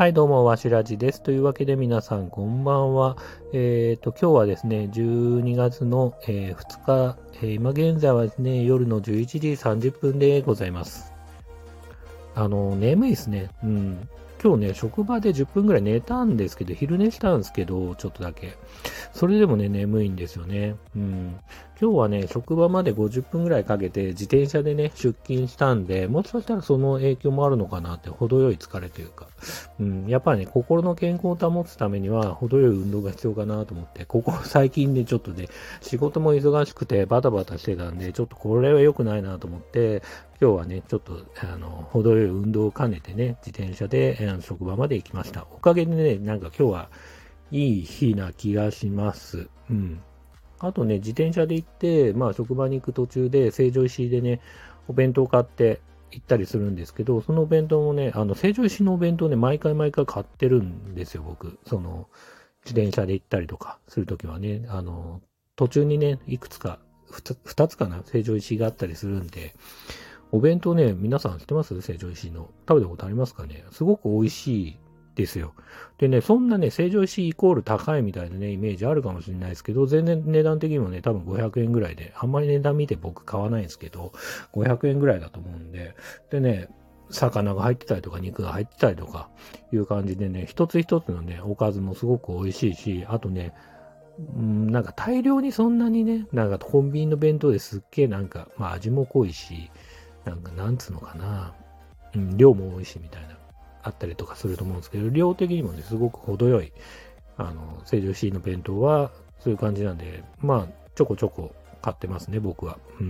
はい、どうも、わしらじです。というわけで皆さん、こんばんは。今日はですね、12月の、2日、今現在はですね、夜の11時30分でございます。眠いですね。うん。今日ね、職場で10分ぐらい寝たんですけど、昼寝したんですけど、ちょっとだけ。それでもね、眠いんですよね。うん。今日はね、職場まで50分ぐらいかけて自転車でね、出勤したんで、もしかしたらその影響もあるのかなって、程よい疲れというか。うん。やっぱりね、心の健康を保つためには、程よい運動が必要かなと思って、ここ最近でちょっとね、仕事も忙しくてバタバタしてたんで、ちょっとこれは良くないなと思って、今日はね、ちょっと、程よい運動を兼ねてね、自転車で、職場まで行きました。おかげでね、なんか今日はいい日な気がします。うん。あとね、自転車で行って、まあ、職場に行く途中で、成城石井でね、お弁当買って行ったりするんですけど、そのお弁当もね、成城石井のお弁当ね、毎回毎回買ってるんですよ、僕。自転車で行ったりとかするときはね、途中にね、いくつか、2つかな、成城石井があったりするんで、お弁当ね、皆さん知ってます成城石井の。食べたことありますかね。すごく美味しいですよ。でね、そんなね、成城石井イコール高いみたいなね、イメージあるかもしれないですけど、全然値段的にもね、多分500円ぐらいで、あんまり値段見て僕買わないんですけど、500円ぐらいだと思うんで、でね、魚が入ってたりとか肉が入ってたりとかいう感じでね、一つ一つのね、おかずもすごく美味しいし、あとね、なんか大量にそんなにね、なんかコンビニの弁当ですっげえなんか、まあ味も濃いし、なんかなんつうのかな、量も多いしみたいな、あったりとかすると思うんですけど、量的にもね、すごく程よい、成城石井の弁当は、そういう感じなんで、まあ、ちょこちょこ買ってますね、僕は。うん。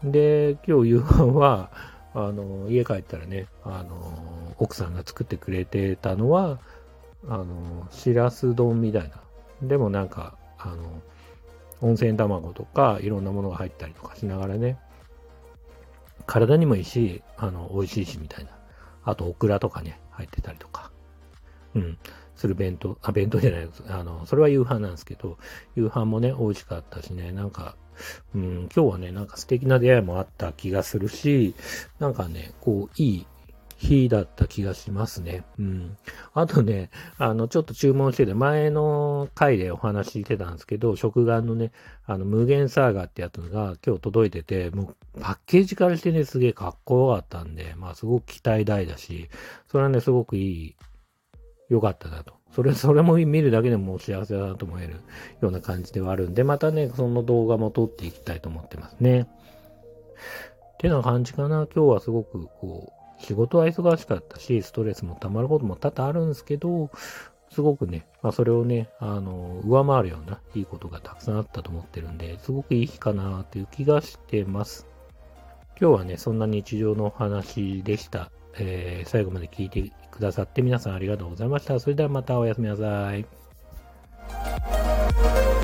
で、今日夕飯は、家帰ったらね、奥さんが作ってくれてたのは、しらす丼みたいな。でもなんか、温泉卵とか、いろんなものが入ったりとかしながらね、体にもいいし、美味しいしみたいな。あと、オクラとかね、入ってたりとか。うん。する弁当じゃないです。それは夕飯なんですけど、夕飯もね、美味しかったしね、なんか、今日はね、なんか素敵な出会いもあった気がするし、なんかね、こう、いい日だった気がしますね。うん。あとね、ちょっと注文してて、前の回でお話ししてたんですけど、食玩のね、無限サーガーってやつが今日届いてて、もうパッケージからしてね、すげえかっこよかったんで、まあすごく期待大だし、それはね、すごく良かったなと。それも見るだけでも幸せだなと思えるような感じではあるんで、またね、その動画も撮っていきたいと思ってますね。ってな感じかな。今日はすごく、こう、仕事は忙しかったし、ストレスも溜まることも多々あるんですけど、すごくね、まあそれをね、上回るようないいことがたくさんあったと思ってるんで、すごくいい日かなっていう気がしてます。今日はね、そんな日常のお話でした。最後まで聞いてくださって皆さんありがとうございました。それではまたおやすみなさい。